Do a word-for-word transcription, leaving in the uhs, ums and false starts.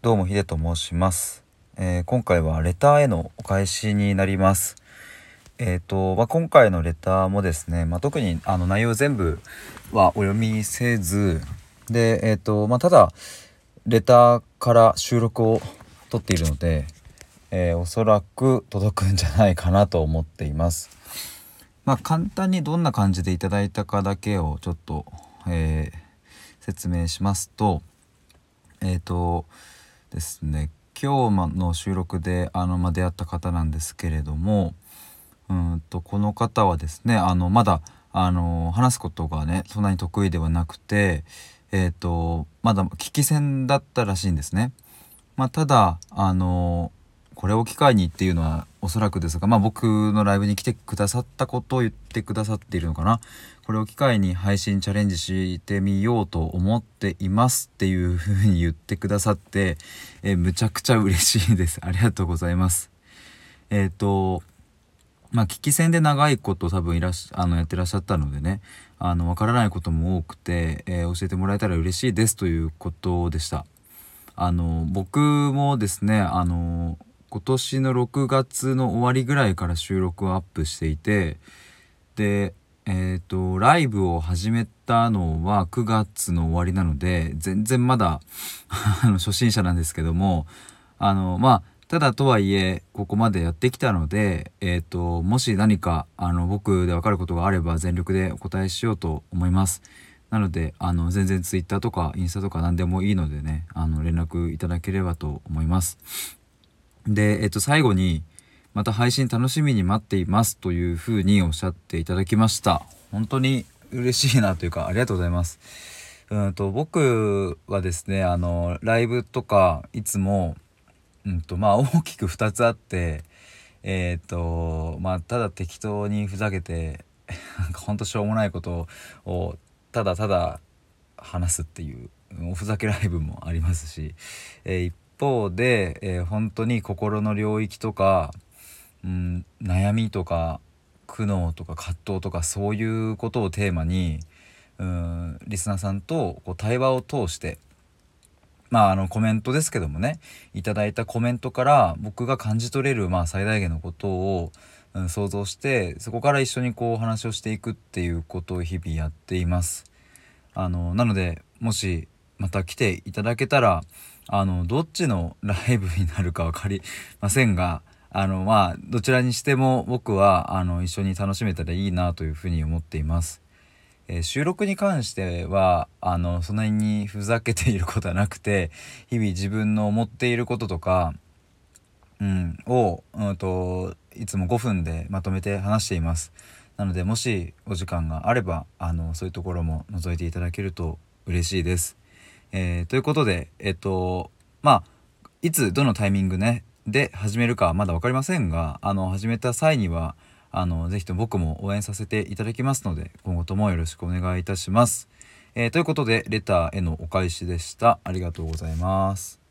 どうもヒデと申します、えー今回はレターへのお返しになります。えーとまあ、今回のレターもですね、まあ、特にあの内容全部はお読みせずで、えーとまあ、ただレターから収録を取っているので、えーおそらく届くんじゃないかなと思っています。まあ、簡単にどんな感じでいただいたかだけをちょっと、えー説明しますと、えーとですね今日の収録であの、まあ、出会った方なんですけれども、うんとこの方はですねあのまだあの話すことがねそんなに得意ではなくて、えーとまだ聞き戦だったらしいんですね。まあ、ただあのこれを機会にっていうのはおそらくですが、まあ、僕のライブに来てくださったことを言ってくださっているのかな。これを機会に配信チャレンジしてみようと思っていますっていう風に言ってくださって、えーむちゃくちゃ嬉しいです。ありがとうございます。えっ、とまあ聞き戦で長いこと多分いらっしあのやってらっしゃったのでね、あのわからないことも多くて、えー教えてもらえたら嬉しいですということでした。あの僕もですねあの今年のろくがつの終わりぐらいから収録をアップしていて、でえっ、とライブを始めたのはくがつの終わりなので全然まだあの初心者なんですけども、あのまあただとはいえここまでやってきたので、えっ、ともし何かあの僕で分かることがあれば全力でお答えしようと思います。なのであの全然ツイッターとかインスタとか何でもいいのでね、あの連絡いただければと思います。で、えっと最後にまた配信楽しみに待っていますというふうにおっしゃっていただきました。本当に嬉しいなというかありがとうございます。うんと僕はですねあのライブとかいつもうんとまあ大きくふたつあって、えっとまあただ適当にふざけてなんかほんとしょうもないことをただただ話すっていうおふざけライブもありますし、えー一方で、えー本当に心の領域とか、うん、悩みとか苦悩とか葛藤とかそういうことをテーマに、うん、リスナーさんとこう対話を通してまああのコメントですけどもね、いただいたコメントから僕が感じ取れるまあ最大限のことを、うん、想像してそこから一緒にこうお話をしていくっていうことを日々やっています。あのなのでもしまた来ていただけたらあのどっちのライブになるか分かりませんが、あのまあどちらにしても僕はあの一緒に楽しめたらいいなというふうに思っています。えー収録に関してはあのそんなにふざけていることはなくて、日々自分の思っていることとか、うん、を、うんといつもごふんでまとめて話しています。なのでもしお時間があればあのそういうところも覗いていただけると嬉しいです。えーということでえっとまあいつどのタイミングねで始めるかはまだ分かりませんが、あの始めた際にはあのぜひとも僕も応援させていただきますので今後ともよろしくお願いいたします。えーということでレターへのお返しでした。ありがとうございます。